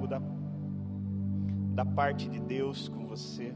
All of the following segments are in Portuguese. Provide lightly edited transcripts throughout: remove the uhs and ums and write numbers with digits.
algo da parte de Deus com você.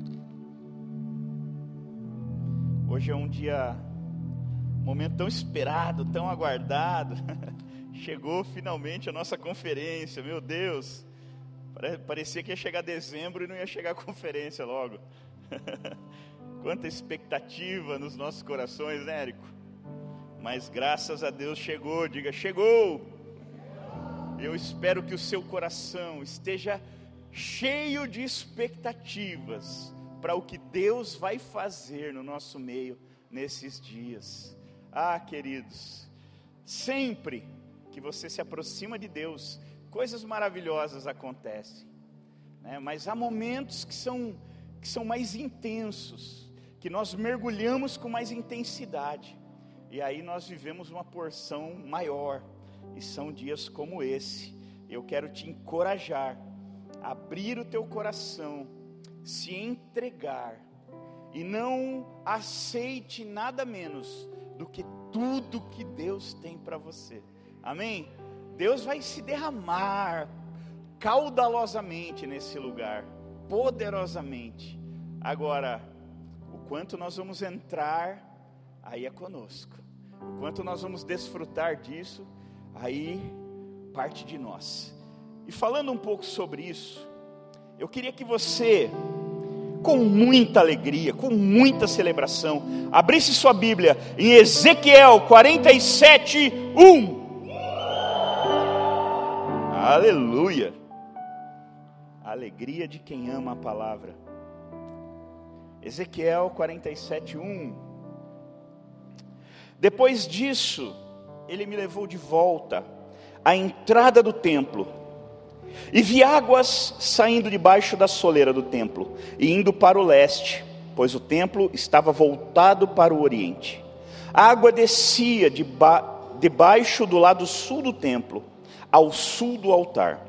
Hoje é um momento tão esperado, tão aguardado. Chegou finalmente a nossa conferência, meu Deus. Parecia que ia chegar dezembro e não ia chegar a conferência logo. Quanta expectativa nos nossos corações, né, Érico? Mas graças a Deus chegou, diga, chegou! Eu espero que o seu coração esteja cheio de expectativas para o que Deus vai fazer no nosso meio nesses dias. Ah, queridos, sempre que você se aproxima de Deus, coisas maravilhosas acontecem, né? Mas há momentos que são mais intensos, que nós mergulhamos com mais intensidade, e aí nós vivemos uma porção maior, e são dias como esse. Eu quero te encorajar, abrir o teu coração, se entregar, e não aceite nada menos do que tudo que Deus tem para você, amém? Deus vai se derramar caudalosamente nesse lugar, poderosamente. Agora, o quanto nós vamos entrar, aí é conosco. O quanto nós vamos desfrutar disso, aí parte de nós. E falando um pouco sobre isso, eu queria que você, com muita alegria, com muita celebração, abrisse sua Bíblia em Ezequiel 47, 1. Aleluia! A alegria de quem ama a palavra. Ezequiel 47, 1. Depois disso, ele me levou de volta à entrada do templo, e vi águas saindo debaixo da soleira do templo, e indo para o leste, pois o templo estava voltado para o oriente. A água descia debaixo do lado sul do templo, ao sul do altar.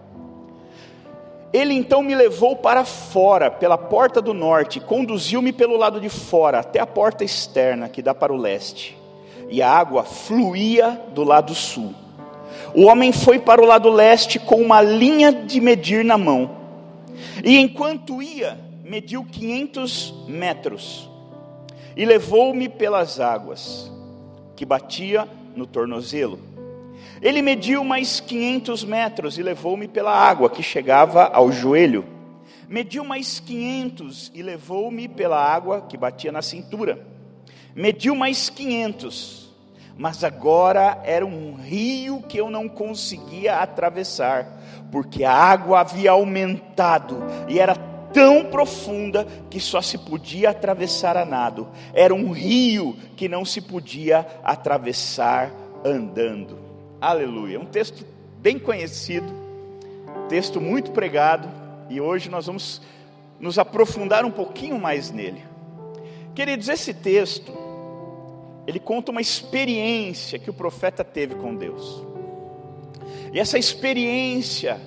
Ele então me levou para fora, pela porta do norte, e conduziu-me pelo lado de fora, até a porta externa, que dá para o leste. E a água fluía do lado sul. O homem foi para o lado leste com uma linha de medir na mão. E enquanto ia, mediu 500 metros. E levou-me pelas águas, que batia no tornozelo. Ele mediu mais 500 metros e levou-me pela água, que chegava ao joelho. Mediu mais 500 e levou-me pela água, que batia na cintura. Mediu mais 500, mas agora era um rio que eu não conseguia atravessar, porque a água havia aumentado e era tão profunda que só se podia atravessar a nado. Era um rio que não se podia atravessar andando. Aleluia, um texto bem conhecido, texto muito pregado, e hoje nós vamos nos aprofundar um pouquinho mais nele. Queridos, esse texto, ele conta uma experiência que o profeta teve com Deus, e essa experiência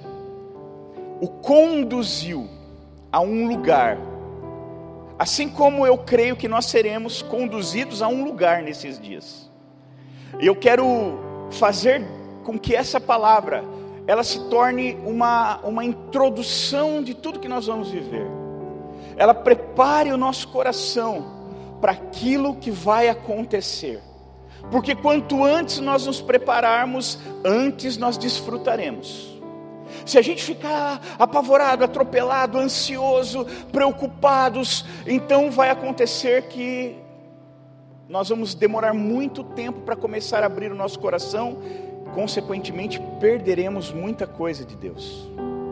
o conduziu a um lugar, assim como eu creio que nós seremos conduzidos a um lugar nesses dias. E eu quero fazer com que essa palavra, ela se torne uma introdução de tudo que nós vamos viver. Ela prepare o nosso coração para aquilo que vai acontecer. Porque quanto antes nós nos prepararmos, antes nós desfrutaremos. Se a gente ficar apavorado, atropelado, ansioso, preocupados, então vai acontecer que nós vamos demorar muito tempo para começar a abrir o nosso coração, consequentemente perderemos muita coisa de Deus.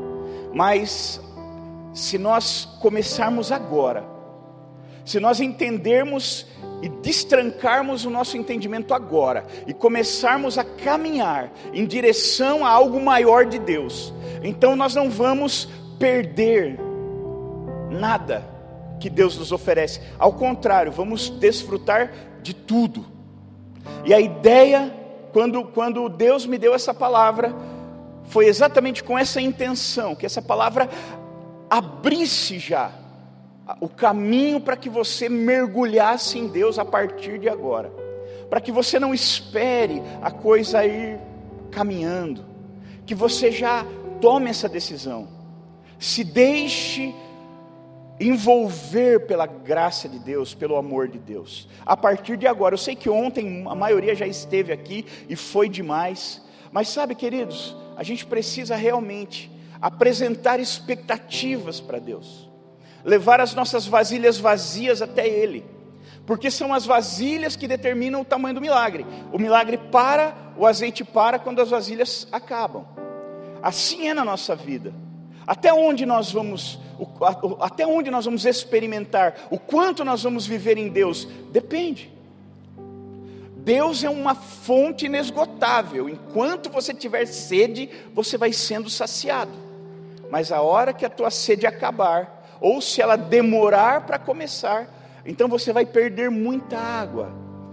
Mas se nós começarmos agora, se nós entendermos e destrancarmos o nosso entendimento agora, e começarmos a caminhar em direção a algo maior de Deus, então nós não vamos perder nada que Deus nos oferece. Ao contrário, vamos desfrutar de tudo. E a ideia, quando Deus me deu essa palavra, foi exatamente com essa intenção, que essa palavra abrisse já o caminho para que você mergulhasse em Deus a partir de agora, para que você não espere a coisa ir caminhando, que você já tome essa decisão. Se deixe envolver pela graça de Deus, pelo amor de Deus. A partir de agora, eu sei que ontem a maioria já esteve aqui e foi demais, mas sabe, queridos, a gente precisa realmente apresentar expectativas para Deus, levar as nossas vasilhas vazias até Ele, porque são as vasilhas que determinam o tamanho do milagre. O milagre para, o azeite para quando as vasilhas acabam. Assim é na nossa vida. Até onde nós vamos experimentar, o quanto nós vamos viver em Deus, depende. Deus é uma fonte inesgotável. Enquanto você tiver sede, você vai sendo saciado. Mas a hora que a tua sede acabar, ou se ela demorar para começar, então você vai perder muita água.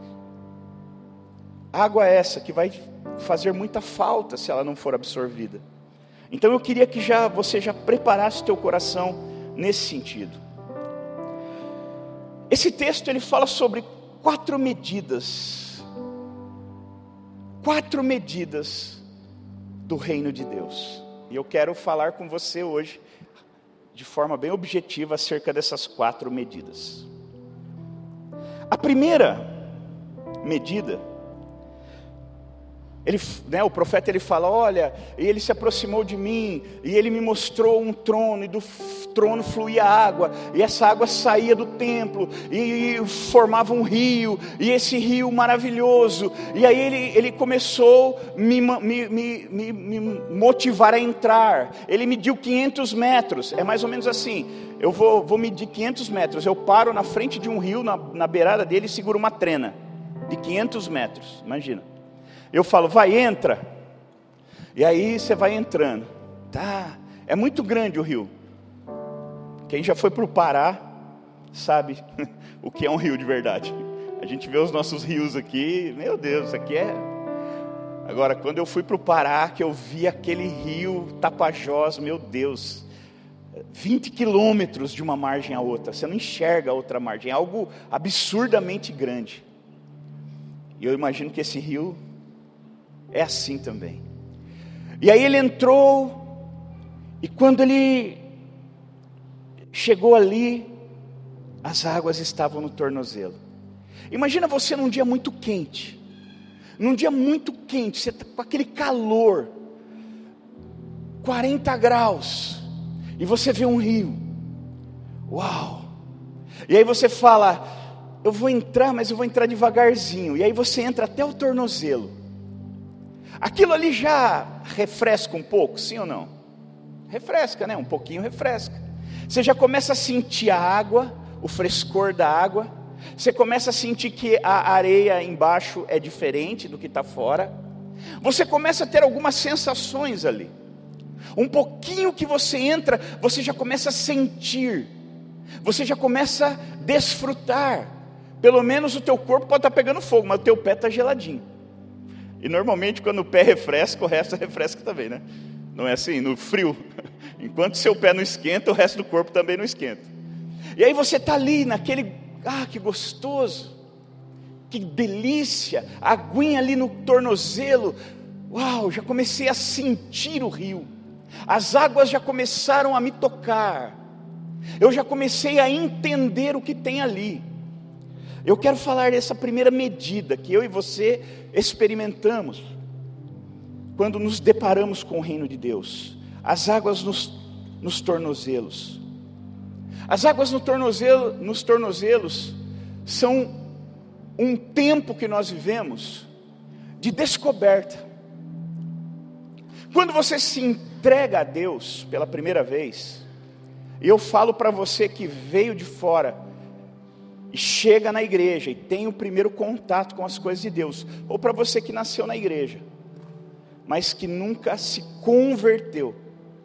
Água essa que vai fazer muita falta se ela não for absorvida. Então eu queria que você já preparasse o teu coração nesse sentido. Esse texto ele fala sobre 4 medidas. 4 medidas do reino de Deus. E eu quero falar com você hoje, de forma bem objetiva, acerca dessas 4 medidas. A primeira medida, o profeta ele fala, olha, ele se aproximou de mim, e ele me mostrou um trono, e do trono fluía água, e essa água saía do templo, e formava um rio, e esse rio maravilhoso, e aí ele começou a me motivar a entrar. Ele mediu 500 metros, é mais ou menos assim, eu vou medir 500 metros, eu paro na frente de um rio, na beirada dele, e seguro uma trena, de 500 metros, imagina. Eu falo, vai, entra. E aí você vai entrando. Tá, é muito grande o rio. Quem já foi para o Pará, sabe o que é um rio de verdade. A gente vê os nossos rios aqui, meu Deus, isso aqui é... Agora, quando eu fui para o Pará, que eu vi aquele rio Tapajós, meu Deus, 20 quilômetros de uma margem à outra. Você não enxerga a outra margem, é algo absurdamente grande. E eu imagino que esse rio é assim também. E aí ele entrou, e quando ele chegou ali, as águas estavam no tornozelo. Imagina você num dia muito quente. Você está com aquele calor, 40 graus, e você vê um rio. Uau! E aí você fala, eu vou entrar, mas eu vou entrar devagarzinho. E aí você entra até o tornozelo. Aquilo ali já refresca um pouco, sim ou não? Refresca, né? Um pouquinho refresca. Você já começa a sentir a água, o frescor da água. Você começa a sentir que a areia embaixo é diferente do que está fora. Você começa a ter algumas sensações ali. Um pouquinho que você entra, você já começa a sentir. Você já começa a desfrutar. Pelo menos o teu corpo pode estar pegando fogo, mas o teu pé está geladinho. E normalmente quando o pé refresca, o resto refresca também, né? Não é assim, no frio. Enquanto seu pé não esquenta, o resto do corpo também não esquenta. E aí você está ali naquele, que gostoso, que delícia, a aguinha ali no tornozelo. Uau, já comecei a sentir o rio. As águas já começaram a me tocar. Eu já comecei a entender o que tem ali. Eu quero falar dessa primeira medida que eu e você experimentamos quando nos deparamos com o reino de Deus. As águas nos tornozelos. As águas nos tornozelos são um tempo que nós vivemos de descoberta. Quando você se entrega a Deus pela primeira vez, e eu falo para você que veio de fora e chega na igreja e tem o primeiro contato com as coisas de Deus, ou para você que nasceu na igreja, mas que nunca se converteu,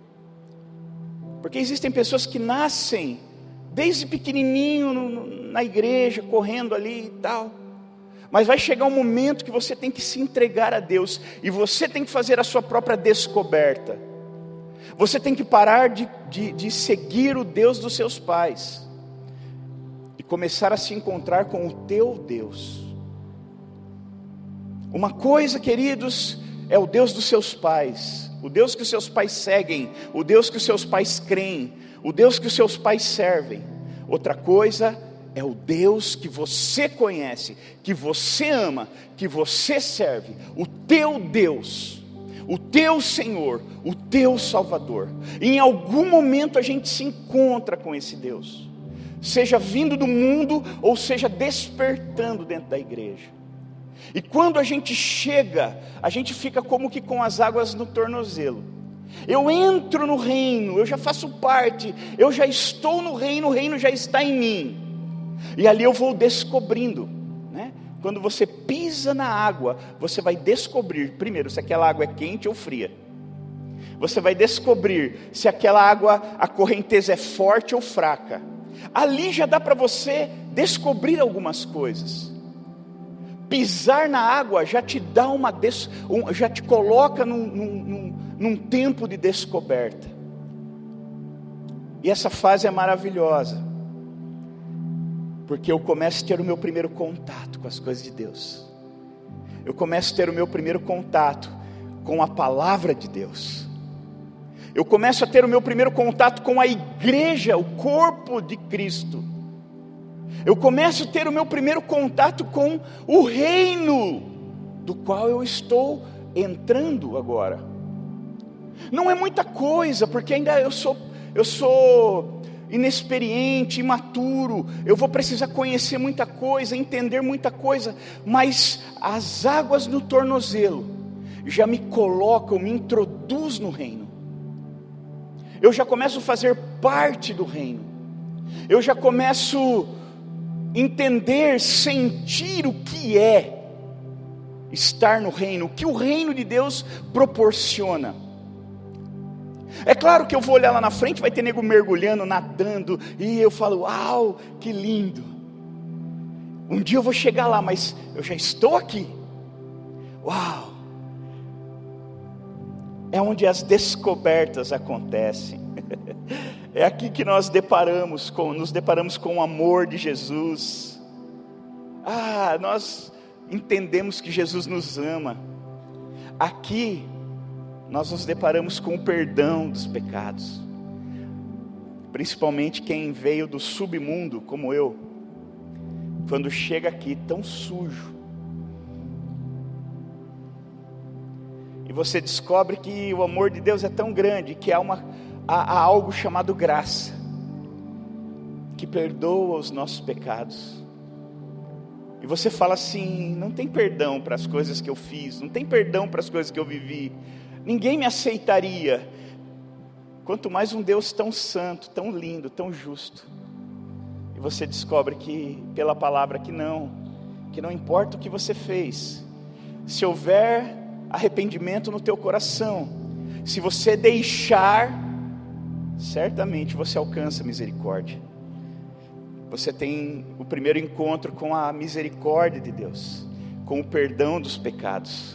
porque existem pessoas que nascem desde pequenininho na igreja, correndo ali e tal, mas vai chegar um momento que você tem que se entregar a Deus, e você tem que fazer a sua própria descoberta. Você tem que parar de seguir o Deus dos seus pais e começar a se encontrar com o teu Deus. Uma coisa, queridos, é o Deus dos seus pais, o Deus que os seus pais seguem, o Deus que os seus pais creem, o Deus que os seus pais servem. Outra coisa é o Deus que você conhece, que você ama, que você serve, o teu Deus, o teu Senhor, o teu Salvador. E em algum momento a gente se encontra com esse Deus, seja vindo do mundo ou seja despertando dentro da igreja. E quando a gente chega, a gente fica como que com as águas no tornozelo. Eu entro no reino, eu já faço parte, eu já estou no reino, o reino já está em mim. E ali eu vou descobrindo, né? Quando você pisa na água, você vai descobrir, primeiro, se aquela água é quente ou fria. Você vai descobrir se aquela água, a correnteza é forte ou fraca. Ali já dá para você descobrir algumas coisas. Pisar na água já te dá já te coloca num tempo de descoberta. E essa fase é maravilhosa, porque eu começo a ter o meu primeiro contato com as coisas de Deus. Eu começo a ter o meu primeiro contato com a palavra de Deus. Eu começo a ter o meu primeiro contato com a igreja, o corpo de Cristo. Eu começo a ter o meu primeiro contato com o reino do qual eu estou entrando agora. Não é muita coisa, porque ainda eu sou inexperiente, imaturo, eu vou precisar conhecer muita coisa, entender muita coisa, mas as águas no tornozelo já me colocam, me introduz no reino. Eu já começo a fazer parte do reino. Eu já começo a entender, sentir o que é estar no reino, o que o reino de Deus proporciona. É claro que eu vou olhar lá na frente, vai ter nego mergulhando, nadando, e eu falo, uau, que lindo. Um dia eu vou chegar lá, mas eu já estou aqui. Uau. É onde as descobertas acontecem. É aqui que nós nos deparamos com o amor de Jesus. Nós entendemos que Jesus nos ama. Aqui nós nos deparamos com o perdão dos pecados. Principalmente quem veio do submundo, como eu, quando chega aqui tão sujo, e você descobre que o amor de Deus é tão grande, que há algo chamado graça, que perdoa os nossos pecados. E você fala assim, não tem perdão para as coisas que eu fiz, não tem perdão para as coisas que eu vivi, ninguém me aceitaria, quanto mais um Deus tão santo, tão lindo, tão justo. E você descobre que, pela palavra, que não importa o que você fez, se houver arrependimento no teu coração, se você deixar, certamente você alcança a misericórdia. Você tem o primeiro encontro com a misericórdia de Deus, com o perdão dos pecados.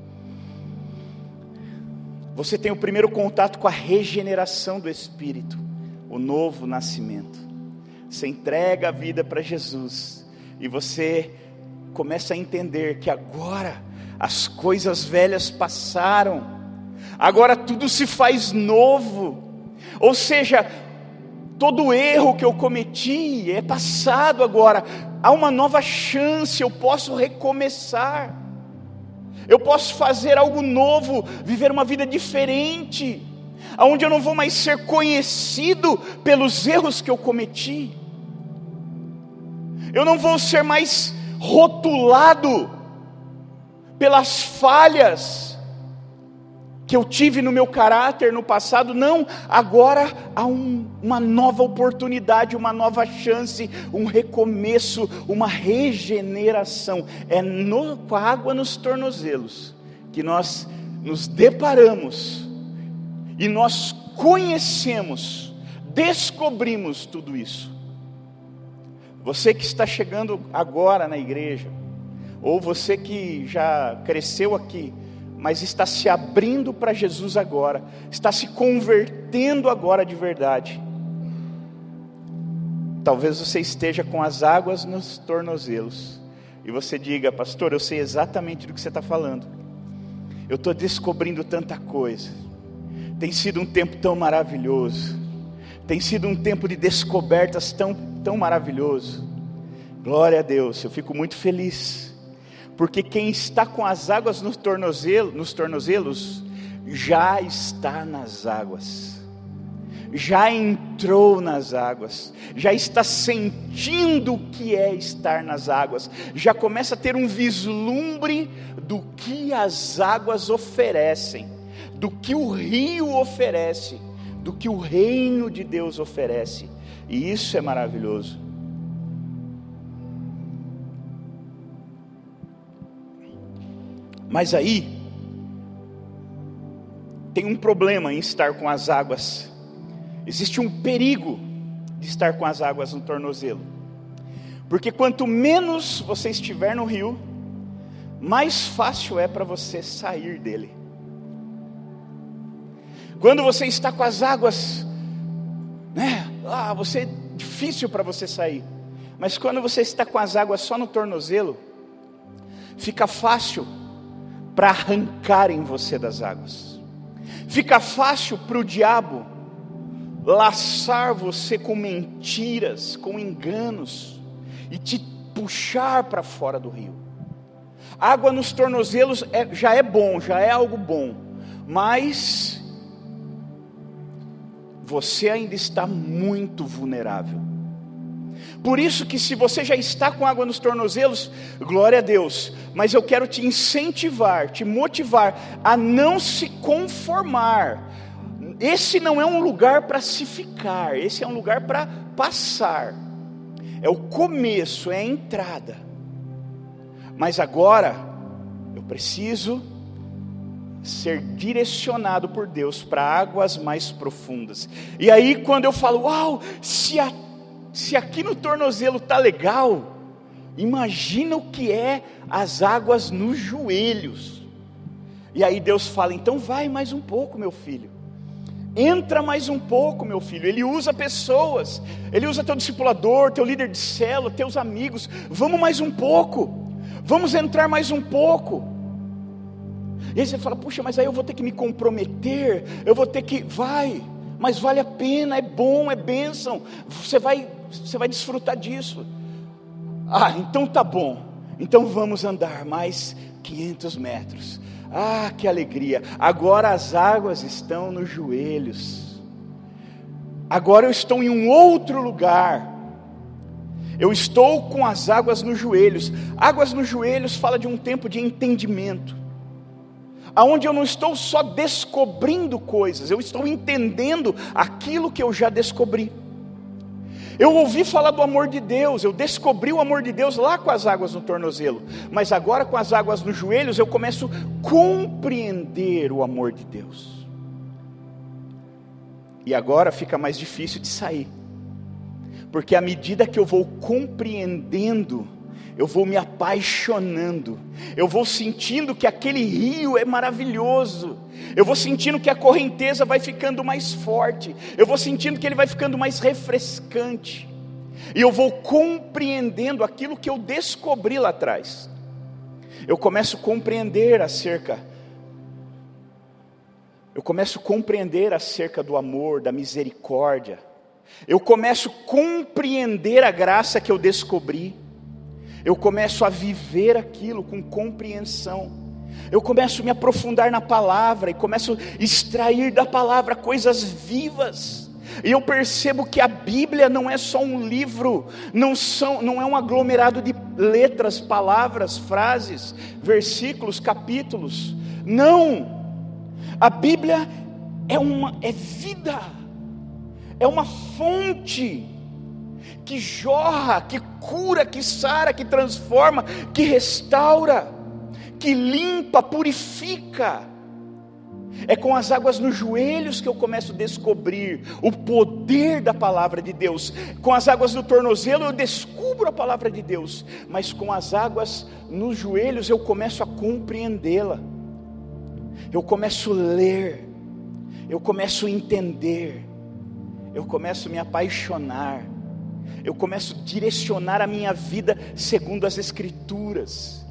Você tem o primeiro contato com a regeneração do Espírito, o novo nascimento. Você entrega a vida para Jesus e você começa a entender que agora as coisas velhas passaram, agora tudo se faz novo. Ou seja, todo erro que eu cometi é passado agora, há uma nova chance, eu posso recomeçar, eu posso fazer algo novo, viver uma vida diferente, onde eu não vou mais ser conhecido pelos erros que eu cometi, eu não vou ser mais rotulado pelas falhas que eu tive no meu caráter no passado. Não, agora há uma nova oportunidade, uma nova chance, um recomeço, uma regeneração. É com a água nos tornozelos que nós nos deparamos e nós conhecemos, descobrimos tudo isso. Você que está chegando agora na igreja, ou você que já cresceu aqui, mas está se abrindo para Jesus agora, está se convertendo agora de verdade. Talvez você esteja com as águas nos tornozelos, e você diga, pastor, eu sei exatamente do que você está falando. Eu estou descobrindo tanta coisa. Tem sido um tempo tão maravilhoso. Tem sido um tempo de descobertas tão maravilhoso. Glória a Deus, eu fico muito feliz. Porque quem está com as águas nos tornozelos, já está nas águas. Já entrou nas águas. Já está sentindo o que é estar nas águas. Já começa a ter um vislumbre do que as águas oferecem. Do que o rio oferece. Do que o reino de Deus oferece. E isso é maravilhoso. Mas aí tem um problema em estar com as águas. Existe um perigo de estar com as águas no tornozelo. Porque quanto menos você estiver no rio, mais fácil é para você sair dele. Quando você está com as águas, você é difícil para você sair. Mas quando você está com as águas só no tornozelo, fica fácil para arrancarem você das águas. Fica fácil para o diabo laçar você com mentiras, com enganos, e te puxar para fora do rio. Água nos tornozelos já é bom, já é algo bom, mas você ainda está muito vulnerável. Por isso que se você já está com água nos tornozelos, glória a Deus, mas eu quero te incentivar, te motivar a não se conformar. Esse não é um lugar para se ficar, esse é um lugar para passar. É o começo, é a entrada. Mas agora, eu preciso ser direcionado por Deus para águas mais profundas. E aí quando eu falo, uau, se aqui no tornozelo está legal, imagina o que é as águas nos joelhos. E aí Deus fala, então vai mais um pouco, meu filho. Entra mais um pouco, meu filho. Ele usa pessoas, ele usa teu discipulador, teu líder de célula, teus amigos. Vamos mais um pouco, vamos entrar mais um pouco. E aí você fala, puxa, mas aí eu vou ter que me comprometer, eu vou ter que, mas vale a pena, é bom, é bênção, você vai desfrutar disso. Então tá bom, então vamos andar mais 500 metros, que alegria, agora as águas estão nos joelhos, agora eu estou em um outro lugar, eu estou com as águas nos joelhos. Águas nos joelhos fala de um tempo de entendimento, aonde eu não estou só descobrindo coisas, eu estou entendendo aquilo que eu já descobri. Eu ouvi falar do amor de Deus, eu descobri o amor de Deus lá com as águas no tornozelo, mas agora com as águas nos joelhos eu começo a compreender o amor de Deus. E agora fica mais difícil de sair, porque à medida que eu vou compreendendo, eu vou me apaixonando, eu vou sentindo que aquele rio é maravilhoso, eu vou sentindo que a correnteza vai ficando mais forte, eu vou sentindo que ele vai ficando mais refrescante, e eu vou compreendendo aquilo que eu descobri lá atrás. Eu começo a compreender acerca do amor, da misericórdia, eu começo a compreender a graça que eu descobri. Eu começo a viver aquilo com compreensão. Eu começo a me aprofundar na palavra e começo a extrair da palavra coisas vivas. E eu percebo que a Bíblia não é só um livro, não é um aglomerado de letras, palavras, frases, versículos, capítulos. Não! A Bíblia é vida, é uma fonte que jorra, que cura, que sara, que transforma, que restaura, que limpa, purifica. É com as águas nos joelhos que eu começo a descobrir o poder da palavra de Deus. Com as águas no tornozelo eu descubro a palavra de Deus, mas com as águas nos joelhos eu começo a compreendê-la. Eu começo a ler, eu começo a entender, eu começo a me apaixonar. Eu começo a direcionar a minha vida segundo as Escrituras.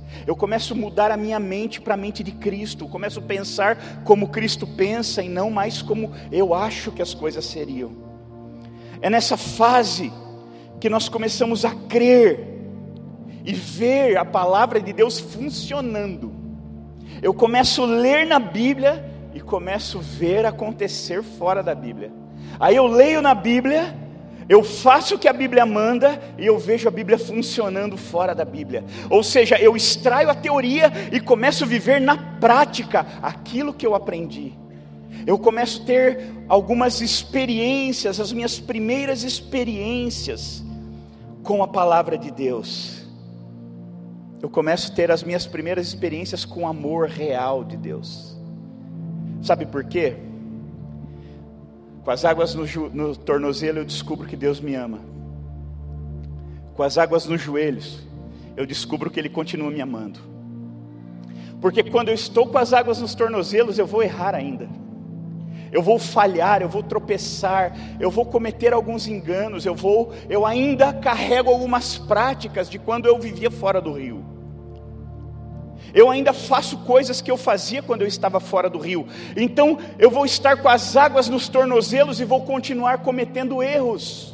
Eu começo a mudar a minha mente para a mente de Cristo. Eu começo a pensar como Cristo pensa e não mais como eu acho que as coisas seriam. É nessa fase que nós começamos a crer e ver a palavra de Deus funcionando. Eu começo a ler na Bíblia e começo a ver acontecer fora da Bíblia. Aí eu leio na Bíblia, eu faço o que a Bíblia manda e eu vejo a Bíblia funcionando fora da Bíblia. Ou seja, eu extraio a teoria e começo a viver na prática aquilo que eu aprendi. Eu começo a ter algumas experiências, as minhas primeiras experiências com a palavra de Deus. Eu começo a ter as minhas primeiras experiências com o amor real de Deus. Sabe por quê? Com as águas no tornozelo eu descubro que Deus me ama. Com as águas nos joelhos eu descubro que Ele continua me amando. Porque quando eu estou com as águas nos tornozelos eu vou errar ainda. Eu vou falhar, eu vou tropeçar, eu vou cometer alguns enganos, eu ainda carrego algumas práticas de quando eu vivia fora do rio. Eu ainda faço coisas que eu fazia quando eu estava fora do rio. Então eu vou estar com as águas nos tornozelos e vou continuar cometendo erros.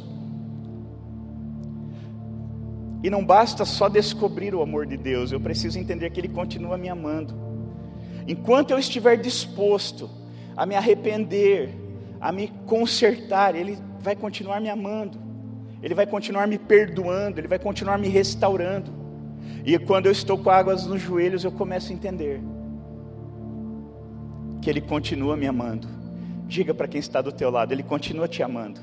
E não basta só descobrir o amor de Deus, eu preciso entender que Ele continua me amando. Enquanto eu estiver disposto a me arrepender, a me consertar, Ele vai continuar me amando, Ele vai continuar me perdoando, Ele vai continuar me restaurando. E quando eu estou com águas nos joelhos, eu começo a entender que Ele continua me amando. Diga para quem está do teu lado, Ele continua te amando.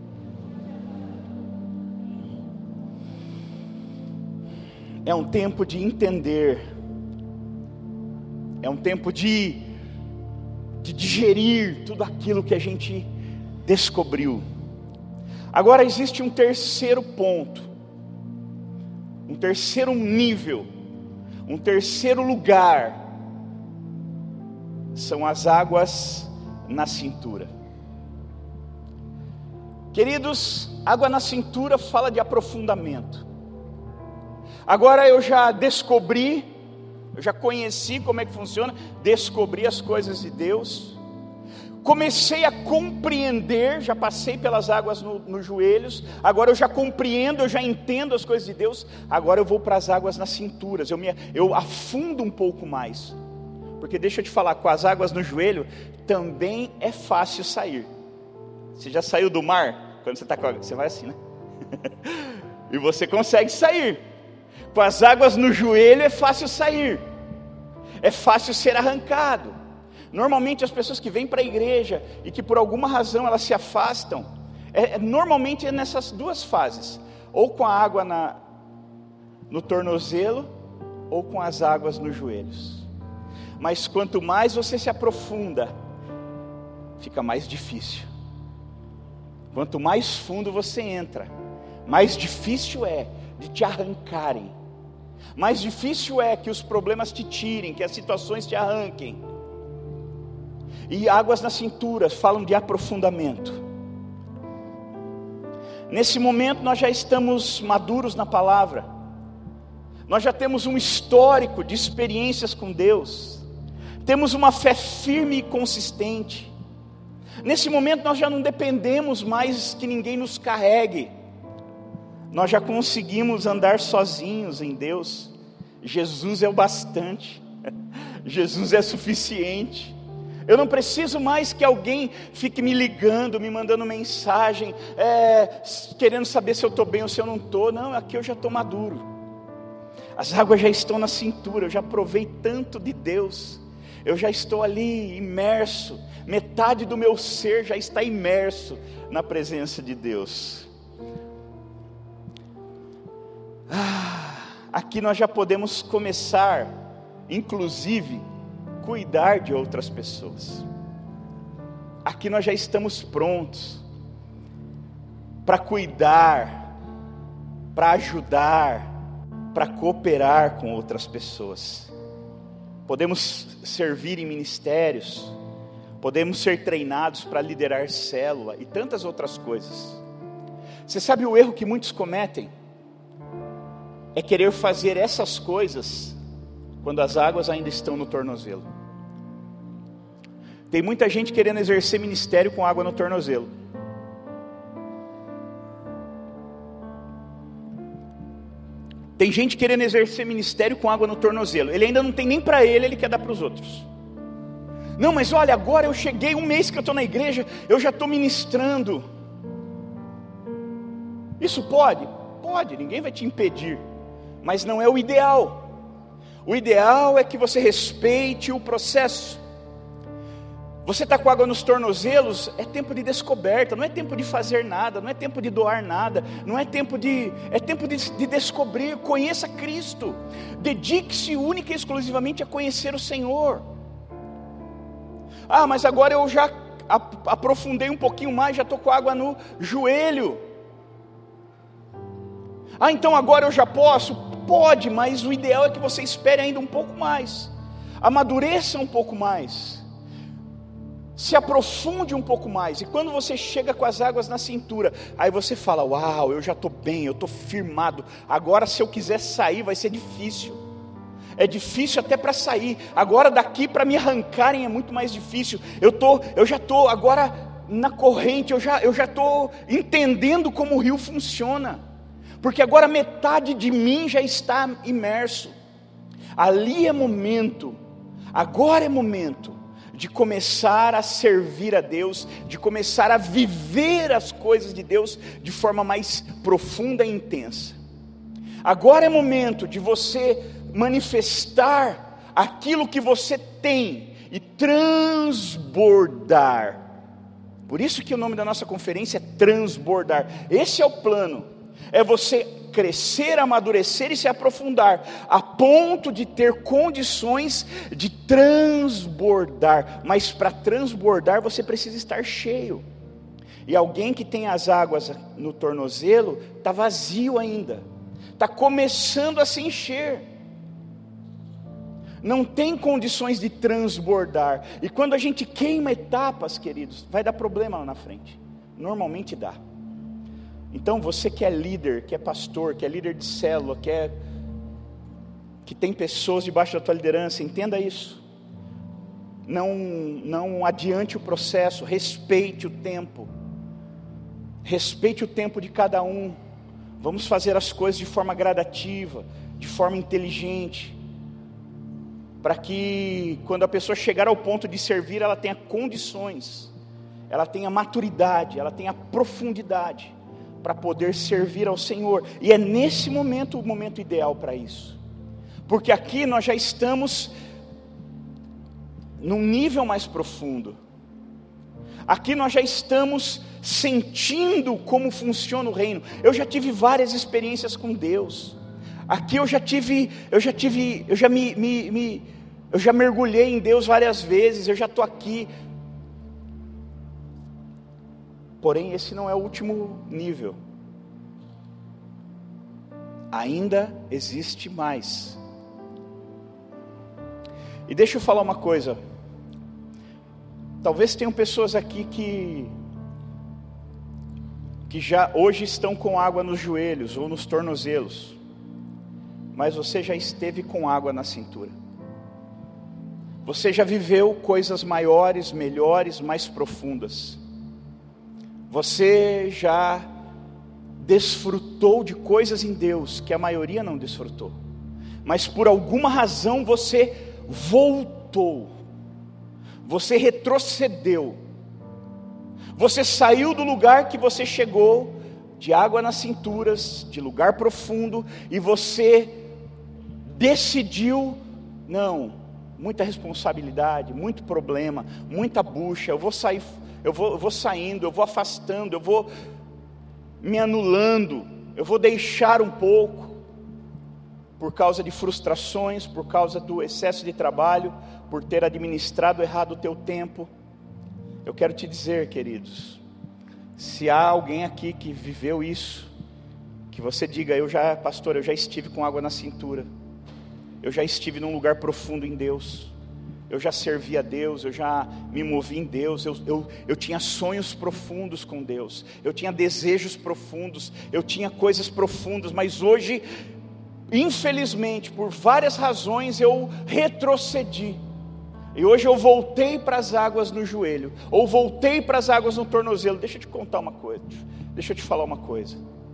É um tempo de entender, é um tempo de digerir tudo aquilo que a gente descobriu. Agora existe um terceiro ponto, um terceiro nível, um terceiro lugar, são as águas na cintura. Queridos, água na cintura fala de aprofundamento. Agora eu já descobri, eu já conheci como é que funciona, descobri as coisas de Deus, comecei a compreender, já passei pelas águas nos joelhos, agora eu já compreendo, eu já entendo as coisas de Deus, agora eu vou para as águas nas cinturas, eu afundo um pouco mais, porque deixa eu te falar, com as águas no joelho, também é fácil sair. Você já saiu do mar? Quando você está com a água, você vai assim, né? E você consegue sair. Com as águas no joelho é fácil sair, é fácil ser arrancado. Normalmente as pessoas que vêm para a igreja e que por alguma razão elas se afastam, normalmente é nessas duas fases, ou com a água no tornozelo, ou com as águas nos joelhos. Mas quanto mais você se aprofunda, fica mais difícil. Quanto mais fundo você entra, mais difícil é de te arrancarem. Mais difícil é que os problemas te tirem, que as situações te arranquem. E águas na cintura falam de aprofundamento. Nesse momento nós já estamos maduros na palavra. Nós já temos um histórico de experiências com Deus. Temos uma fé firme e consistente. Nesse momento nós já não dependemos mais que ninguém nos carregue. Nós já conseguimos andar sozinhos em Deus. Jesus é o bastante. Jesus é suficiente. Eu não preciso mais que alguém fique me ligando, me mandando mensagem, querendo saber se eu estou bem ou se eu não estou. Não, aqui eu já estou maduro. As águas já estão na cintura, eu já provei tanto de Deus. Eu já estou ali imerso, metade do meu ser já está imerso na presença de Deus. Aqui nós já podemos começar, inclusive, cuidar de outras pessoas. Aqui nós já estamos prontos para cuidar, para ajudar, para cooperar com outras pessoas. Podemos servir em ministérios, podemos ser treinados para liderar célula e tantas outras coisas. Você sabe o erro que muitos cometem? É querer fazer essas coisas quando as águas ainda estão no tornozelo. Tem muita gente querendo exercer ministério com água no tornozelo. Tem gente querendo exercer ministério com água no tornozelo. Ele ainda não tem nem para ele quer dar para os outros. Não, mas olha, agora eu cheguei, um mês que eu estou na igreja, eu já estou ministrando. Isso pode? Pode, ninguém vai te impedir. Mas não é o ideal. O ideal é que você respeite o processo. Você está com água nos tornozelos, é tempo de descoberta, não é tempo de fazer nada, não é tempo de doar nada, é tempo de descobrir. Conheça Cristo, dedique-se única e exclusivamente a conhecer o Senhor. Ah, mas agora eu já aprofundei um pouquinho mais, já estou com água no joelho. Ah, então agora eu já posso? Pode, mas o ideal é que você espere ainda um pouco mais, amadureça um pouco mais, se aprofunde um pouco mais. E quando você chega com as águas na cintura, aí você fala: uau, eu já estou bem, eu estou firmado. Agora se eu quiser sair vai ser difícil. É difícil até para sair. Agora daqui para me arrancarem é muito mais difícil. Eu já estou agora na corrente, eu já estou entendendo como o rio funciona. Porque agora metade de mim já está imerso. Ali é momento, agora é momento de começar a servir a Deus, de começar a viver as coisas de Deus de forma mais profunda e intensa. Agora é momento de você manifestar aquilo que você tem e transbordar. Por isso que o nome da nossa conferência é transbordar. Esse é o plano, é você crescer, amadurecer e se aprofundar, a ponto de ter condições de transbordar. Mas para transbordar você precisa estar cheio. E alguém que tem as águas no tornozelo está vazio ainda, está começando a se encher, não tem condições de transbordar. E quando a gente queima etapas, queridos, vai dar problema lá na frente. Normalmente dá. Então você que é líder, que é pastor, que é líder de célula, que tem pessoas debaixo da tua liderança, entenda isso. Não adiante o processo, respeite o tempo. Respeite o tempo de cada um. Vamos fazer as coisas de forma gradativa, de forma inteligente, para que quando a pessoa chegar ao ponto de servir, ela tenha condições, ela tenha maturidade, ela tenha profundidade para poder servir ao Senhor. E é nesse momento o momento ideal para isso, porque aqui nós já estamos num nível mais profundo. Aqui nós já estamos sentindo como funciona o reino. Eu já tive várias experiências com Deus. Aqui eu já mergulhei em Deus várias vezes. Eu já estou aqui. Porém, esse não é o último nível. Ainda existe mais. E deixa eu falar uma coisa. Talvez tenham pessoas aqui que já hoje estão com água nos joelhos ou nos tornozelos, mas você já esteve com água na cintura. Você já viveu coisas maiores, melhores, mais profundas. Você já desfrutou de coisas em Deus que a maioria não desfrutou, mas por alguma razão você voltou, você retrocedeu, você saiu do lugar que você chegou, de água nas cinturas, de lugar profundo, e você decidiu: não, muita responsabilidade, muito problema, muita bucha, eu vou sair, eu vou saindo, eu vou afastando, eu vou me anulando, eu vou deixar um pouco, por causa de frustrações, por causa do excesso de trabalho, por ter administrado errado o teu tempo. Eu quero te dizer, queridos, se há alguém aqui que viveu isso, que você diga: pastor, eu já estive com água na cintura, eu já estive num lugar profundo em Deus, eu já servi a Deus, eu já me movi em Deus, eu tinha sonhos profundos com Deus, eu tinha desejos profundos, eu tinha coisas profundas, mas hoje infelizmente, por várias razões, eu retrocedi. E hoje eu voltei para as águas no joelho, ou voltei para as águas no tornozelo. Deixa eu te contar uma coisa, deixa eu te falar uma coisa.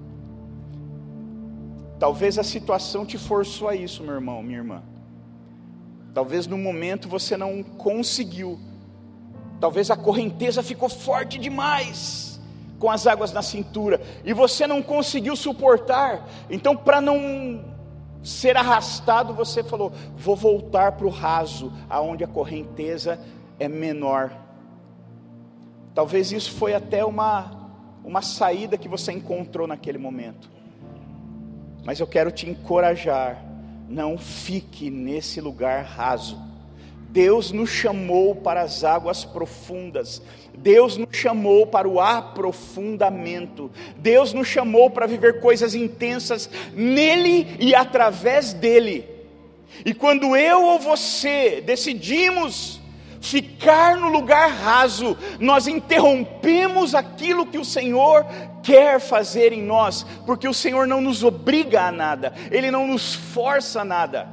Talvez a situação te forçou a isso, meu irmão, minha irmã. Talvez no momento você não conseguiu. Talvez a correnteza ficou forte demais, com as águas na cintura, e você não conseguiu suportar. Então, para não ser arrastado, você falou: vou voltar para o raso, aonde a correnteza é menor. Talvez isso foi até uma saída que você encontrou naquele momento. Mas eu quero te encorajar, não fique nesse lugar raso. Deus nos chamou para as águas profundas. Deus nos chamou para o aprofundamento. Deus nos chamou para viver coisas intensas nele e através dele. E quando eu ou você decidimos ficar no lugar raso, nós interrompemos aquilo que o Senhor quer fazer em nós, porque o Senhor não nos obriga a nada, Ele não nos força a nada.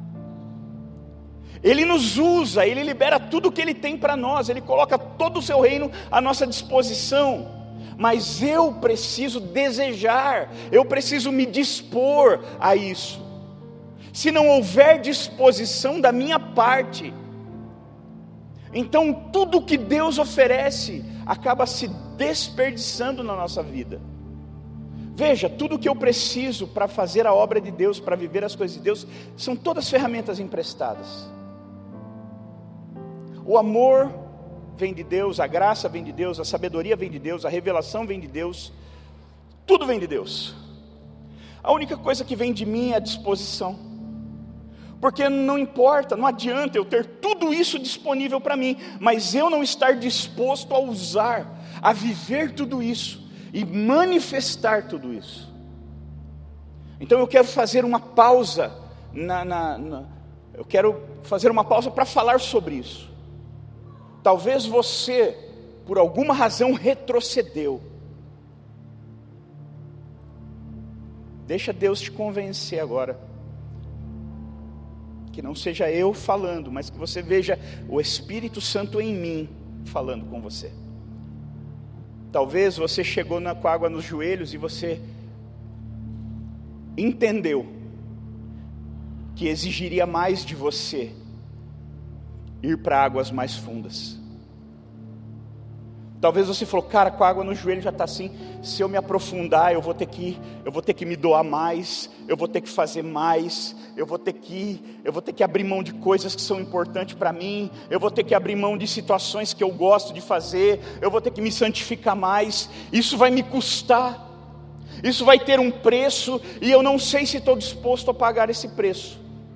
Ele nos usa, Ele libera tudo o que Ele tem para nós, Ele coloca todo o seu reino à nossa disposição. Mas eu preciso desejar, eu preciso me dispor a isso. Se não houver disposição da minha parte, então tudo que Deus oferece acaba se desperdiçando na nossa vida. Veja, tudo que eu preciso para fazer a obra de Deus, para viver as coisas de Deus, são todas ferramentas emprestadas. O amor vem de Deus, a graça vem de Deus, a sabedoria vem de Deus, a revelação vem de Deus, tudo vem de Deus. A única coisa que vem de mim é a disposição. Porque não importa, não adianta eu ter tudo isso disponível para mim, mas eu não estar disposto a usar, a viver tudo isso e manifestar tudo isso. Então eu quero fazer uma pausa, eu quero fazer uma pausa para falar sobre isso. Talvez você, por alguma razão, retrocedeu. Deixa Deus te convencer agora. Que não seja eu falando, mas que você veja o Espírito Santo em mim falando com você. Talvez você chegou com a água nos joelhos e você entendeu que exigiria mais de você ir para águas mais fundas. Talvez você falou: cara, com a água no joelho já está assim, se eu me aprofundar eu vou ter que me doar mais, eu vou ter que fazer mais, eu vou ter que abrir mão de coisas que são importantes para mim, eu vou ter que abrir mão de situações que eu gosto de fazer, eu vou ter que me santificar mais, isso vai me custar, isso vai ter um preço, e eu não sei se estou disposto a pagar esse preço.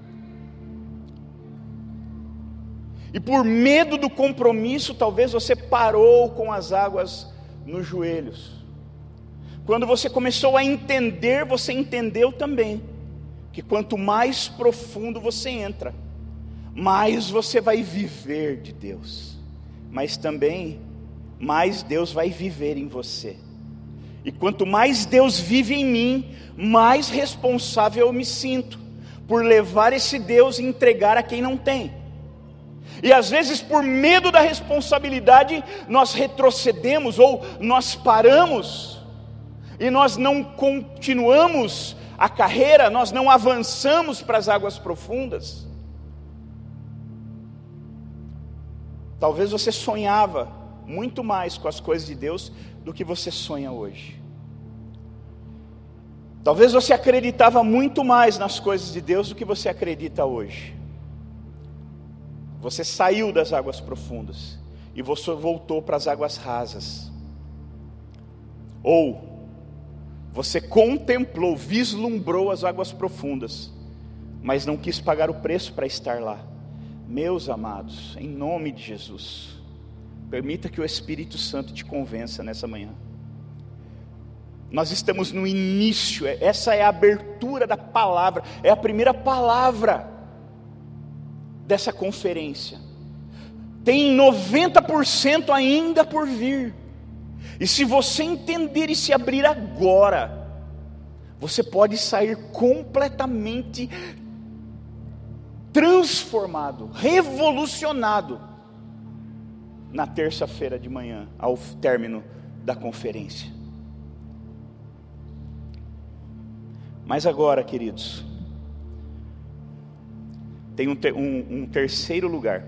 E por medo do compromisso, talvez você parou com as águas nos joelhos. Quando você começou a entender, você entendeu também que quanto mais profundo você entra, mais você vai viver de Deus, mas também mais Deus vai viver em você. E quanto mais Deus vive em mim, mais responsável eu me sinto por levar esse Deus e entregar a quem não tem. E às vezes, por medo da responsabilidade, nós retrocedemos ou nós paramos e nós não continuamos a carreira, nós não avançamos para as águas profundas. Talvez você sonhava muito mais com as coisas de Deus do que você sonha hoje. Talvez você acreditava muito mais nas coisas de Deus do que você acredita hoje. Você saiu das águas profundas e você voltou para as águas rasas. Ou você contemplou, vislumbrou as águas profundas, mas não quis pagar o preço para estar lá. Meus amados, em nome de Jesus, permita que o Espírito Santo te convença nessa manhã. Nós estamos no início, essa é a abertura da palavra, é a primeira palavra dessa conferência. Tem 90% ainda por vir. E se você entender e se abrir agora, Você pode sair completamente transformado, revolucionado, na terça-feira de manhã, ao término da conferência. Mas agora, queridos, tem um terceiro lugar.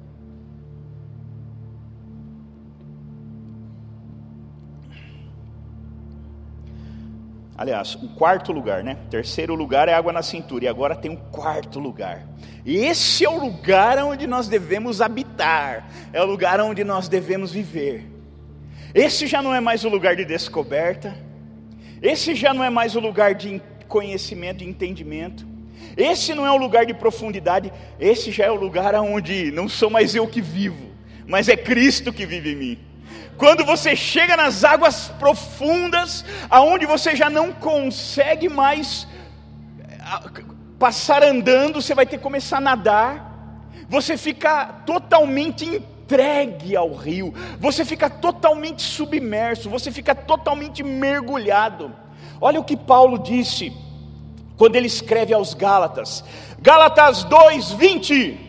Aliás, um quarto lugar, né? Terceiro lugar é água na cintura, e agora tem um quarto lugar. Esse é o lugar onde nós devemos habitar, é o lugar onde nós devemos viver. Esse já não é mais o lugar de descoberta, esse já não é mais o lugar de conhecimento e entendimento, esse não é o lugar de profundidade, esse já é o lugar onde não sou mais eu que vivo, mas é Cristo que vive em mim. Quando você chega nas águas profundas, aonde você já não consegue mais passar andando, você vai ter que começar a nadar, você fica totalmente entregue ao rio, você fica totalmente submerso, você fica totalmente mergulhado. Olha o que Paulo disse, quando ele escreve aos Gálatas, Gálatas 2:20,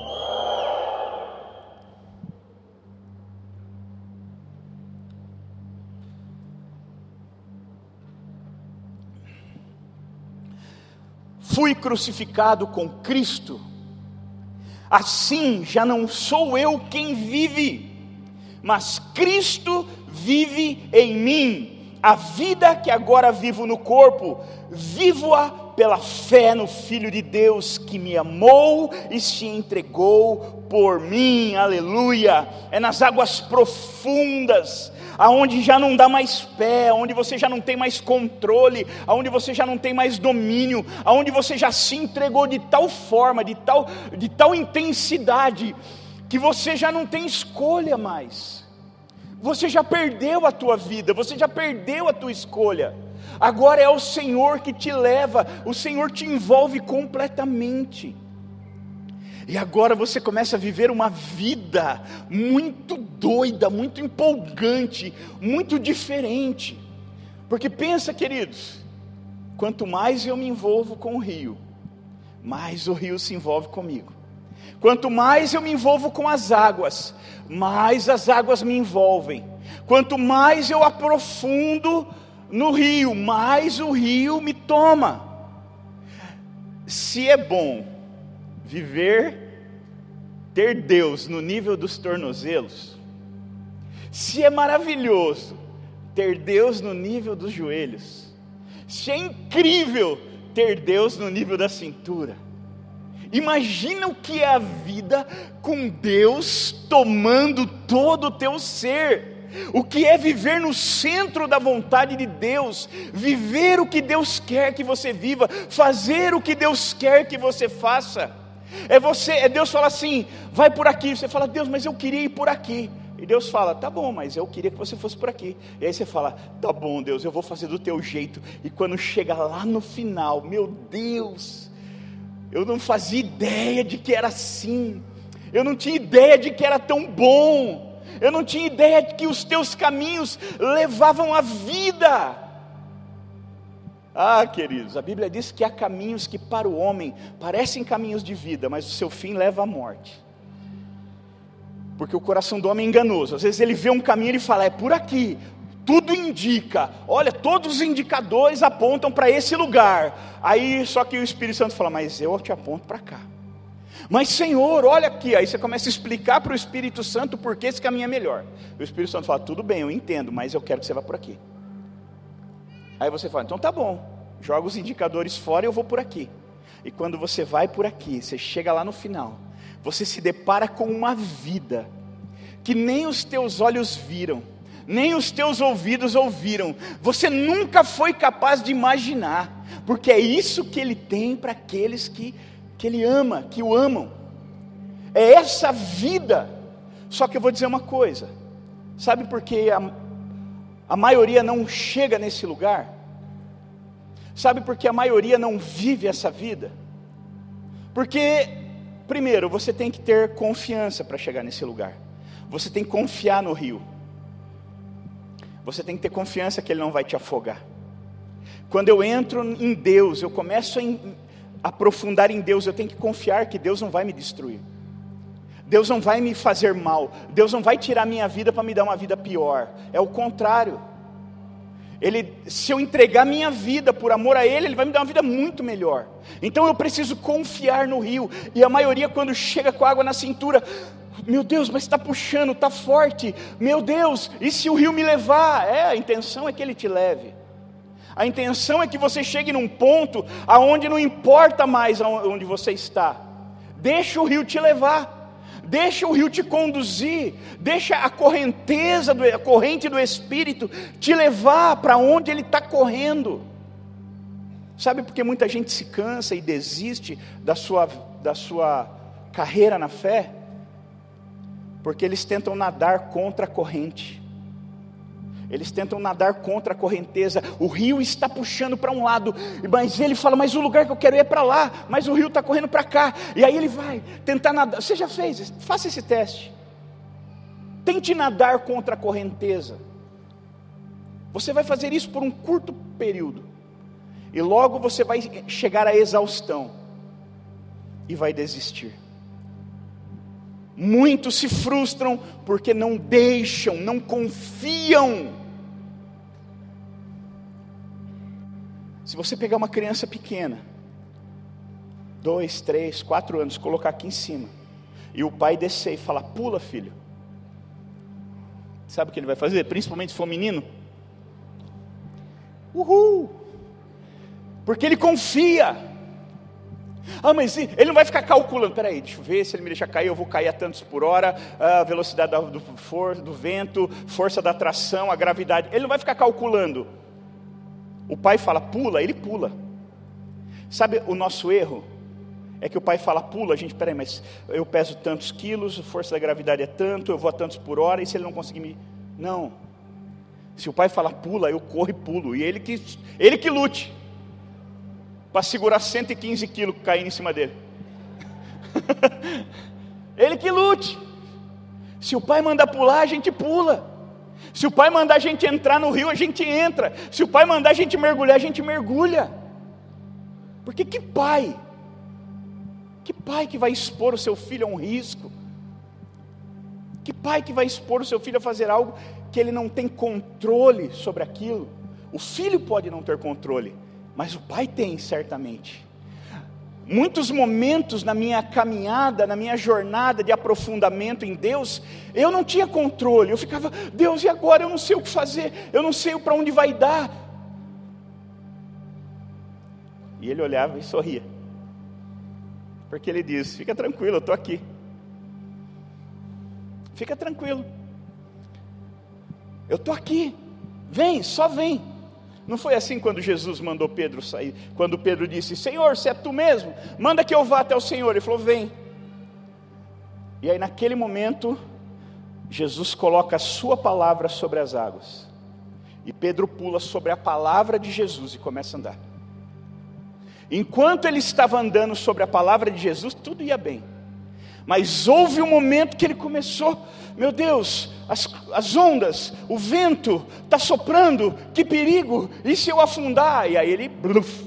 fui crucificado com Cristo, assim já não sou eu quem vive, mas Cristo vive em mim. A vida que agora vivo no corpo, vivo-a pela fé no Filho de Deus que me amou e se entregou por mim. Aleluia! É nas águas profundas, aonde já não dá mais pé, aonde você já não tem mais controle, aonde você já não tem mais domínio, aonde você já se entregou de tal forma, de tal intensidade, que você já não tem escolha mais. Você já perdeu a tua vida, você já perdeu a tua escolha. Agora é o Senhor que te leva, o Senhor te envolve completamente. E agora você começa a viver uma vida muito doida, muito empolgante, muito diferente. Porque pensa, queridos, quanto mais eu me envolvo com o rio, mais o rio se envolve comigo. Quanto mais eu me envolvo com as águas, mais as águas me envolvem. Quanto mais eu aprofundo no rio, mais o rio me toma. Se é bom ter Deus no nível dos tornozelos, se é maravilhoso ter Deus no nível dos joelhos, se é incrível ter Deus no nível da cintura, imagina o que é a vida com Deus tomando todo o teu ser. O que é viver no centro da vontade de Deus, viver o que Deus quer que você viva, fazer o que Deus quer que você faça. Deus fala assim, vai por aqui, você fala, Deus, mas eu queria ir por aqui. E Deus fala, tá bom, mas eu queria que você fosse por aqui. E aí você fala, tá bom, Deus, eu vou fazer do teu jeito. E quando chega lá no final, meu Deus, eu não fazia ideia de que era assim, eu não tinha ideia de que era tão bom, eu não tinha ideia de que os teus caminhos levavam à vida. Ah, queridos, a Bíblia diz que há caminhos que para o homem parecem caminhos de vida, mas o seu fim leva à morte. Porque o coração do homem é enganoso. Às vezes ele vê um caminho e ele fala, é por aqui. Tudo indica, olha, todos os indicadores apontam para esse lugar. Aí só que o Espírito Santo fala, mas eu te aponto para cá. Mas Senhor, olha aqui. Aí você começa a explicar para o Espírito Santo por que esse caminho é melhor. O Espírito Santo fala, tudo bem, eu entendo, mas eu quero que você vá por aqui. Aí você fala, então tá bom, joga os indicadores fora e eu vou por aqui. E quando você vai por aqui, você chega lá no final, você se depara com uma vida que nem os teus olhos viram, nem os teus ouvidos ouviram, você nunca foi capaz de imaginar, porque é isso que Ele tem para aqueles que Ele ama, que o amam. É essa vida. Só que eu vou dizer uma coisa, sabe por que a maioria não chega nesse lugar? Sabe por que a maioria não vive essa vida? Porque, primeiro, você tem que ter confiança para chegar nesse lugar. Você tem que confiar no rio. Você tem que ter confiança que ele não vai te afogar. Quando eu entro em Deus, eu começo a aprofundar em Deus, eu tenho que confiar que Deus não vai me destruir. Deus não vai me fazer mal. Deus não vai tirar minha vida para me dar uma vida pior. É o contrário. Se eu entregar minha vida por amor a Ele, Ele vai me dar uma vida muito melhor. Então eu preciso confiar no rio. E a maioria, quando chega com água na cintura, meu Deus, mas está puxando, está forte. Meu Deus, e se o rio me levar? A intenção é que Ele te leve. A intenção é que você chegue num ponto aonde não importa mais onde você está. Deixa o rio te levar. Deixa o rio te conduzir, deixa a corrente do Espírito te levar para onde ele está correndo. Sabe por que muita gente se cansa e desiste da sua carreira na fé? Porque eles tentam nadar contra a corrente. Eles tentam nadar contra a correnteza. O rio está puxando para um lado, mas ele fala, mas o lugar que eu quero ir é para lá, mas o rio está correndo para cá. E aí ele vai tentar nadar. Você já fez? Faça esse teste. Tente nadar contra a correnteza. Você vai fazer isso por um curto período, e logo você vai chegar à exaustão e vai desistir. Muitos se frustram porque não deixam, não confiam. Se você pegar uma criança pequena, 2, 3, 4 anos, colocar aqui em cima, e o pai descer e falar, pula filho, sabe o que ele vai fazer? Principalmente se for menino, uhul, porque ele confia. Mas ele não vai ficar calculando, peraí, deixa eu ver, se ele me deixar cair, eu vou cair a tantos por hora, a velocidade do vento, força da atração, a gravidade, ele não vai ficar calculando. O pai fala, pula, ele pula. Sabe o nosso erro? É que o pai fala, pula, a gente, peraí, mas eu peso tantos quilos, a força da gravidade é tanto, eu vou a tantos por hora, e se ele não conseguir me... Não. Se o pai fala, pula, eu corro e pulo, e ele que lute, para segurar 115 quilos caindo em cima dele. Ele que lute. Se o pai mandar pular, a gente pula. Se o pai mandar a gente entrar no rio, a gente entra. Se o pai mandar a gente mergulhar, a gente mergulha. Porque que pai que vai expor o seu filho a um risco? Que pai que vai expor o seu filho a fazer algo que ele não tem controle sobre aquilo? O filho pode não ter controle, mas o pai tem, certamente. Muitos momentos na minha caminhada, na minha jornada de aprofundamento em Deus, eu não tinha controle. Eu ficava, Deus, e agora? Eu não sei o que fazer, eu não sei para onde vai dar. E ele olhava e sorria, porque ele diz, fica tranquilo, eu estou aqui. Fica tranquilo, eu estou aqui, vem, só vem. Não foi assim quando Jesus mandou Pedro sair? Quando Pedro disse, Senhor, se é tu mesmo, manda que eu vá até o Senhor. Ele falou, vem. E aí naquele momento, Jesus coloca a sua palavra sobre as águas. E Pedro pula sobre a palavra de Jesus e começa a andar. Enquanto ele estava andando sobre a palavra de Jesus, tudo ia bem. Mas houve um momento que ele começou, meu Deus, as ondas, o vento está soprando, que perigo, e se eu afundar? E aí ele, bluf.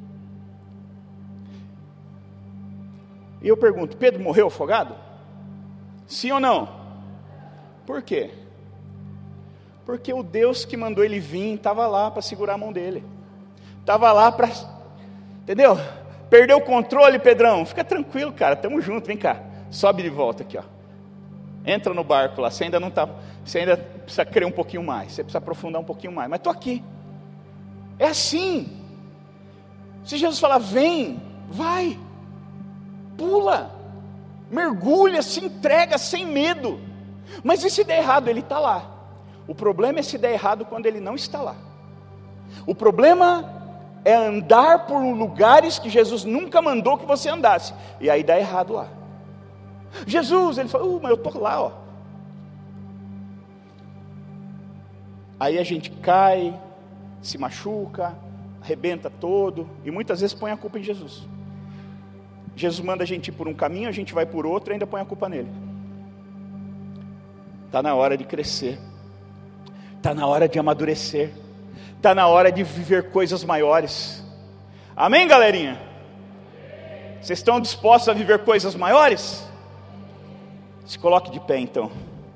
E eu pergunto, Pedro morreu afogado? Sim ou não? Por quê? Porque o Deus que mandou ele vir, estava lá para segurar a mão dele, estava lá para, entendeu? Perdeu o controle, Pedrão, fica tranquilo cara, estamos juntos, vem cá. Sobe de volta aqui, ó. Entra no barco lá. Você ainda não está. Você ainda precisa crer um pouquinho mais. Você precisa aprofundar um pouquinho mais. Mas estou aqui. É assim. Se Jesus falar, vem, vai, pula, mergulha, se entrega sem medo. Mas e se der errado? Ele está lá. O problema é se der errado quando ele não está lá. O problema é andar por lugares que Jesus nunca mandou que você andasse. E aí dá errado lá. Jesus, ele falou, mas eu estou lá, ó. Aí a gente cai, se machuca, arrebenta todo, e muitas vezes põe a culpa em Jesus. Jesus manda a gente ir por um caminho, a gente vai por outro e ainda põe a culpa nele. Está na hora de crescer, está na hora de amadurecer, Está na hora de viver coisas maiores. Amém, galerinha? Vocês estão dispostos a viver coisas maiores? Se coloque de pé então.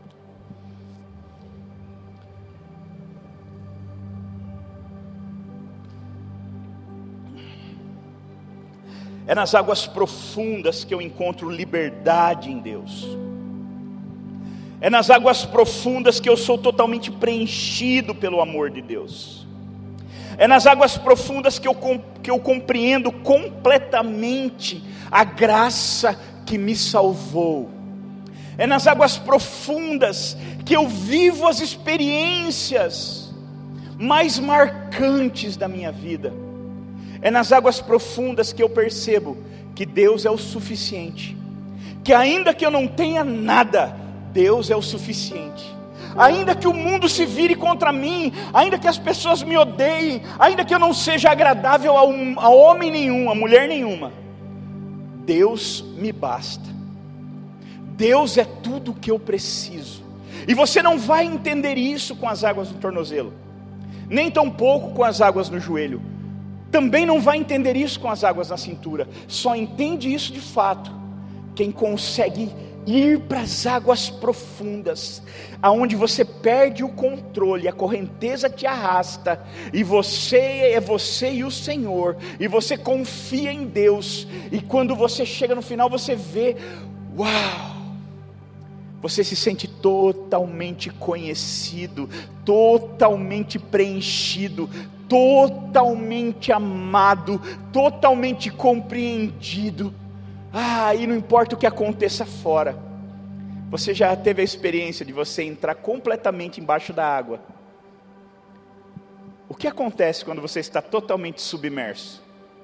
É nas águas profundas que eu encontro liberdade em Deus. É nas águas profundas que eu sou totalmente preenchido pelo amor de Deus. É nas águas profundas que eu compreendo completamente a graça que me salvou. É nas águas profundas que eu vivo as experiências mais marcantes da minha vida. É nas águas profundas que eu percebo que Deus é o suficiente. Que ainda que eu não tenha nada, Deus é o suficiente. Ainda que o mundo se vire contra mim, ainda que as pessoas me odeiem, ainda que eu não seja agradável a homem nenhum, a mulher nenhuma, Deus me basta. Deus é tudo o que eu preciso. E você não vai entender isso com as águas no tornozelo, nem tampouco com as águas no joelho. Também não vai entender isso com as águas na cintura. Só entende isso de fato quem consegue ir para as águas profundas, aonde você perde o controle, a correnteza te arrasta, e você e o Senhor, e você confia em Deus, e quando você chega no final você vê, uau! Você se sente totalmente conhecido, totalmente preenchido, totalmente amado, totalmente compreendido. E não importa o que aconteça fora. Você já teve a experiência de você entrar completamente embaixo da água? O que acontece quando você está totalmente submerso?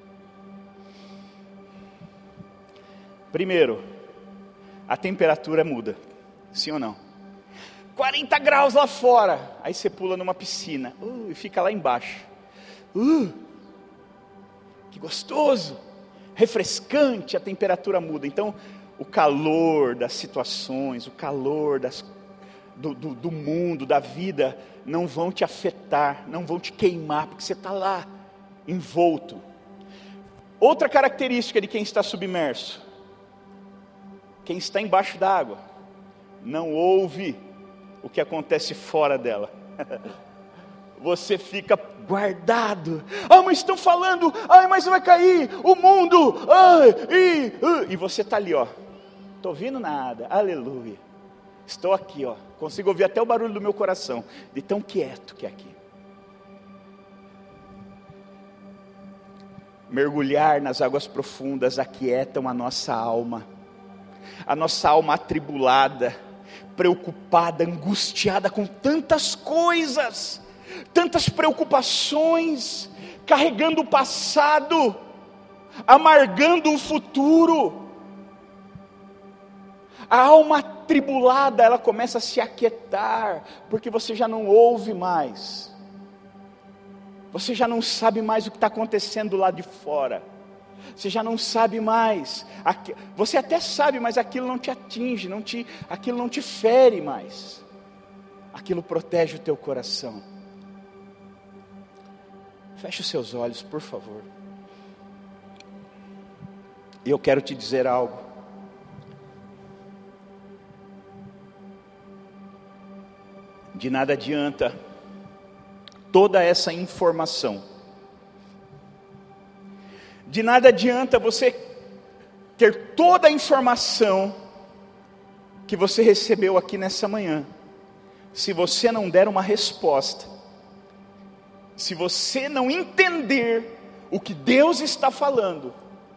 Primeiro, a temperatura muda. Sim ou não? 40 graus lá fora. Aí você pula numa piscina e fica lá embaixo. Que gostoso, refrescante, a temperatura muda. Então o calor das situações, o calor do mundo, da vida, não vão te afetar, não vão te queimar, porque você está lá, envolto. Outra característica de quem está submerso: quem está embaixo da água não ouve o que acontece fora dela. Você fica guardado. Mas estão falando, mas vai cair o mundo, e você está ali, estou ouvindo nada, aleluia, estou aqui, consigo ouvir até o barulho do meu coração, de tão quieto que é aqui. Mergulhar nas águas profundas aquietam a nossa alma atribulada, preocupada, angustiada com tantas coisas, tantas preocupações, carregando o passado, amargando o futuro. A alma atribulada, ela começa a se aquietar, porque você já não ouve mais, você já não sabe mais o que está acontecendo lá de fora, você já não sabe mais, você até sabe, mas aquilo não te atinge, aquilo não te fere mais, aquilo protege o teu coração. Feche os seus olhos, por favor. E eu quero te dizer algo. De nada adianta toda essa informação. De nada adianta você ter toda a informação que você recebeu aqui nessa manhã, se você não der uma resposta, se você não entender o que Deus está falando.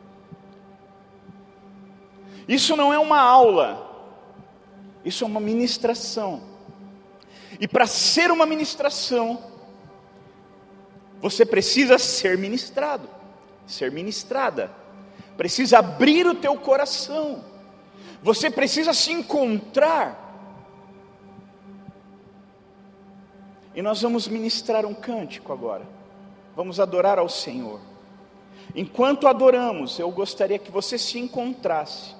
Isso não é uma aula, isso é uma ministração. E para ser uma ministração, você precisa ser ministrado, ser ministrada, precisa abrir o teu coração, você precisa se encontrar. E nós vamos ministrar um cântico agora, vamos adorar ao Senhor. Enquanto adoramos, eu gostaria que você se encontrasse,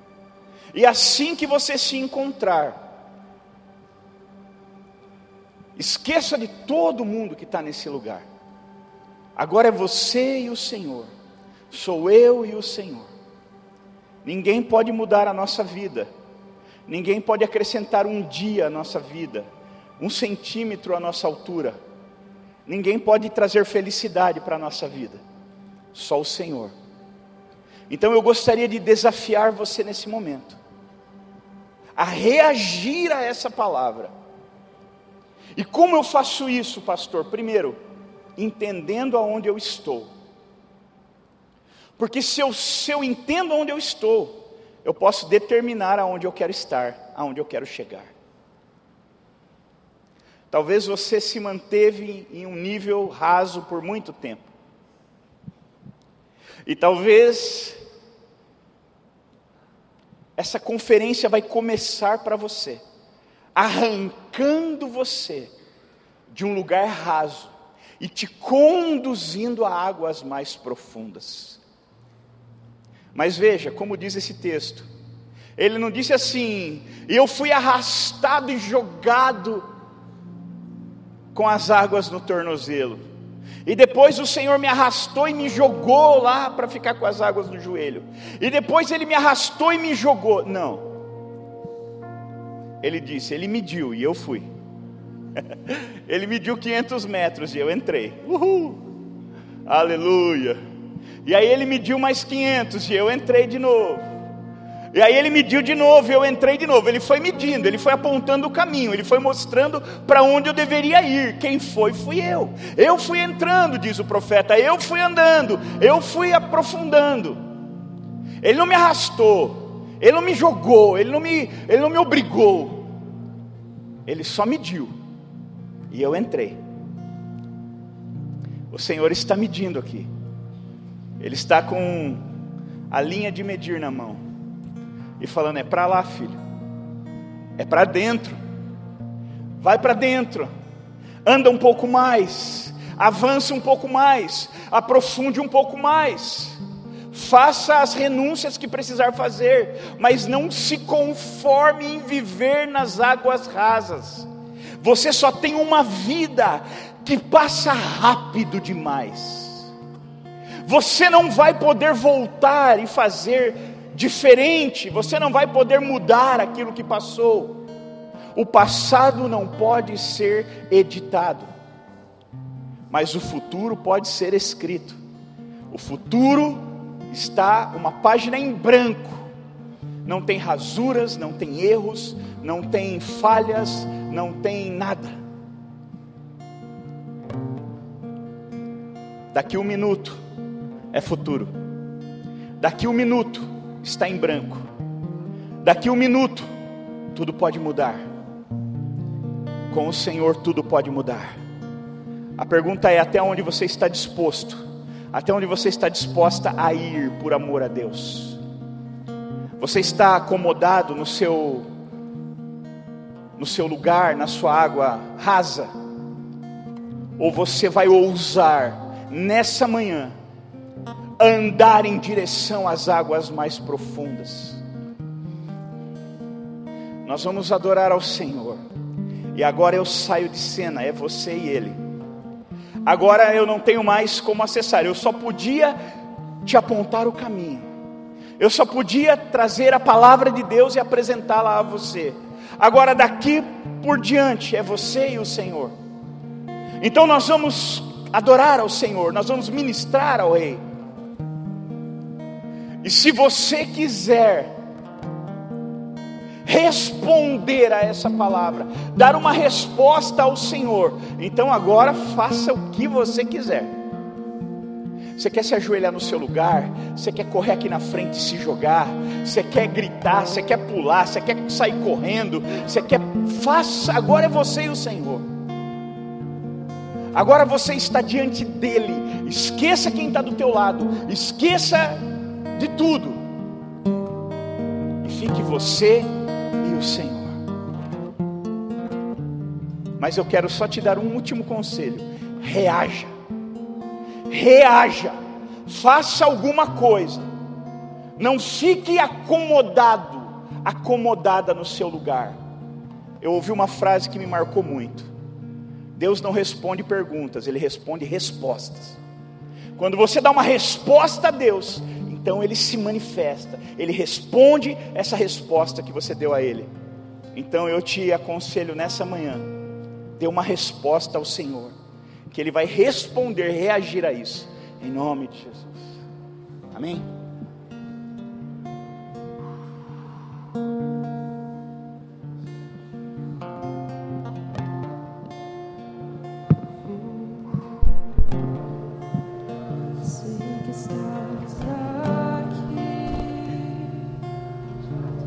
e assim que você se encontrar, Esqueça de todo mundo que está nesse lugar. Agora é você e o Senhor. Sou eu e o Senhor. Ninguém pode mudar a nossa vida. Ninguém pode acrescentar um dia à nossa vida, 1 centímetro à nossa altura. Ninguém pode trazer felicidade para a nossa vida. Só o Senhor. Então eu gostaria de desafiar você nesse momento a reagir a essa palavra. E como eu faço isso, pastor? Primeiro, entendendo aonde eu estou. Porque se eu entendo aonde eu estou, eu posso determinar aonde eu quero estar, aonde eu quero chegar. Talvez você se manteve em um nível raso por muito tempo. E talvez essa conferência vai começar para você, arrancando você de um lugar raso e te conduzindo a águas mais profundas. Mas veja, como diz esse texto, ele não disse assim: eu fui arrastado e jogado com as águas no tornozelo, e depois o Senhor me arrastou e me jogou lá para ficar com as águas no joelho, e depois Ele me arrastou e me jogou. Não, Ele disse, Ele mediu e eu fui. Ele mediu 500 metros e eu entrei. Uhul, aleluia. E aí Ele mediu mais 500 e eu entrei de novo. E aí Ele mediu de novo e eu entrei de novo. Ele foi medindo, Ele foi apontando o caminho, Ele foi mostrando para onde eu deveria ir. Quem foi? Fui eu. Eu fui entrando, diz o profeta. Eu fui andando, eu fui aprofundando. Ele não me arrastou, Ele não me jogou, Ele não me obrigou. Ele só mediu e eu entrei. O Senhor está medindo aqui. Ele está com a linha de medir na mão e falando: é para lá, filho, é para dentro, vai para dentro, anda um pouco mais, avança um pouco mais, aprofunde um pouco mais, faça as renúncias que precisar fazer, mas não se conforme em viver nas águas rasas. Você só tem uma vida que passa rápido demais. Você não vai poder voltar e fazer diferente, você não vai poder mudar aquilo que passou. O passado não pode ser editado, mas o futuro pode ser escrito. O futuro está uma página em branco, não tem rasuras, não tem erros, não tem falhas, não tem nada. Daqui 1 minuto é futuro, daqui 1 minuto está em branco, daqui 1 minuto tudo pode mudar. Com o Senhor tudo pode mudar. A pergunta é: até onde você está disposto? Até onde você está disposta a ir por amor a Deus? Você está acomodado no seu lugar, na sua água rasa? Ou você vai ousar nessa manhã andar em direção às águas mais profundas? Nós vamos adorar ao Senhor. E agora eu saio de cena, é você e Ele. Agora eu não tenho mais como acessar. Eu só podia te apontar o caminho. Eu só podia trazer a palavra de Deus e apresentá-la a você. Agora daqui por diante é você e o Senhor. Então nós vamos adorar ao Senhor, nós vamos ministrar ao Rei. E se você quiser responder a essa palavra, dar uma resposta ao Senhor, então agora faça o que você quiser. Você quer se ajoelhar no seu lugar? Você quer correr aqui na frente e se jogar? Você quer gritar? Você quer pular? Você quer sair correndo? Você quer... Faça, agora é você e o Senhor. Agora você está diante dEle. Esqueça quem está do teu lado, esqueça de tudo, e fique você e o Senhor. Mas eu quero só te dar um último conselho: reaja, reaja, faça alguma coisa, não fique acomodado, acomodada no seu lugar. Eu ouvi uma frase que me marcou muito: Deus não responde perguntas, Ele responde respostas. Quando você dá uma resposta a Deus, então Ele se manifesta, Ele responde essa resposta que você deu a Ele. Então eu te aconselho nessa manhã, dê uma resposta ao Senhor, que Ele vai responder, reagir a isso, em nome de Jesus. Amém?